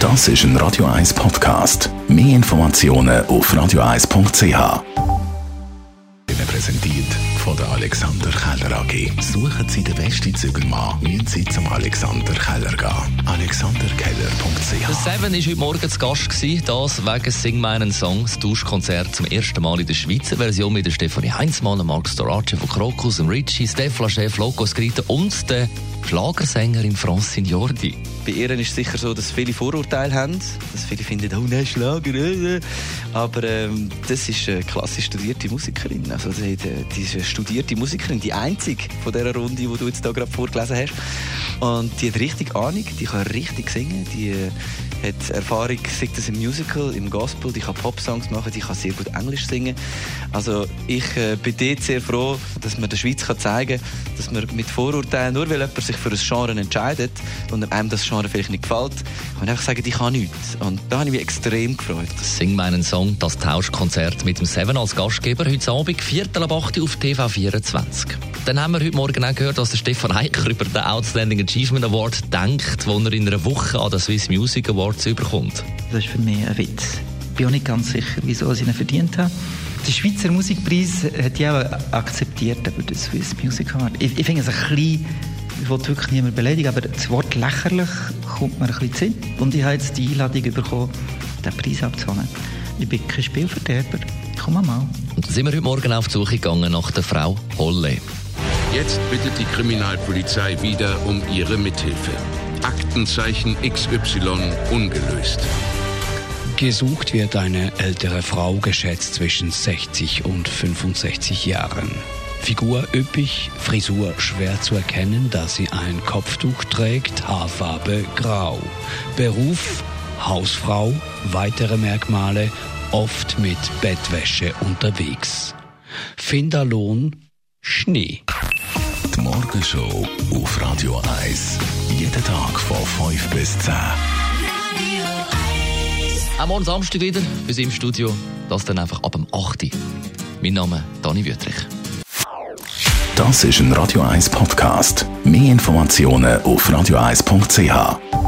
Das ist ein Radio 1 Podcast. Mehr Informationen auf radio1.ch. Präsentiert von der Alexander Keller AG. Suchen Sie den besten Zügelmann, müssen Sie zum Alexander Keller gehen. alexanderkeller.ch. Der Seven war heute Morgen zu Gast gewesen, das wegen «Sing meinen Song», das Tauschkonzert zum ersten Mal in der Schweizer Version mit der Stefanie Heinzmann, Marc Storace von Krokus, Richie, Stefla Chef, Loco Skrite und der Schlagersängerin Francine Jordi. Bei ihr ist es sicher so, dass viele Vorurteile haben, dass viele finden, oh nein, Schlager, aber das ist eine klassisch studierte Musikerin, also diese studierte Musikerin, die einzige von dieser Runde, die du jetzt da gerade vorgelesen hast, und die hat richtig Ahnung, die kann richtig singen, die hat Erfahrung, sei das im Musical, im Gospel, die kann Popsongs machen, die kann sehr gut Englisch singen. Also ich bin dort sehr froh, dass man der Schweiz zeigen kann, dass man mit Vorurteilen, nur weil jemand sich für ein Genre entscheidet und einem das Genre vielleicht nicht gefällt, kann man einfach sagen, ich kann nichts. Und da habe ich mich extrem gefreut. «Sing meinen Song», das Tauschkonzert mit dem Seven als Gastgeber, heute Abend, 7:15 auf TV24. Dann haben wir heute Morgen auch gehört, dass der Stefan Eicher über den Outstanding Achievement Award denkt, den er in einer Woche an den Swiss Music Awards überkommt. Das ist für mich ein Witz. Ich bin auch nicht ganz sicher, wieso ich ihn verdient habe. Der Schweizer Musikpreis hat ja auch akzeptiert über den Swiss Music Award. Ich finde es ein bisschen, ich will wirklich niemanden beleidigen, aber das Wort lächerlich kommt mir ein bisschen zu Sinn. Und ich habe jetzt die Einladung bekommen, den Preis abzuholen. Ich bin kein Spielverderber. Komm mal. Und dann sind wir heute Morgen auf die Suche gegangen nach der Frau Holle. Jetzt bittet die Kriminalpolizei wieder um ihre Mithilfe. Aktenzeichen XY ungelöst. Gesucht wird eine ältere Frau, geschätzt zwischen 60 und 65 Jahren. Figur üppig, Frisur schwer zu erkennen, da sie ein Kopftuch trägt, Haarfarbe grau. Beruf Hausfrau, weitere Merkmale, oft mit Bettwäsche unterwegs. Finderlohn Schnee. Die Morgenshow auf Radio 1. Jeden Tag von 5 bis 10. Am morgen Samstag wieder, bei uns im Studio. Das dann einfach ab dem 8. Mein Name ist Dani Wüttrich. Das ist ein Radio 1 Podcast. Mehr Informationen auf radio1.ch.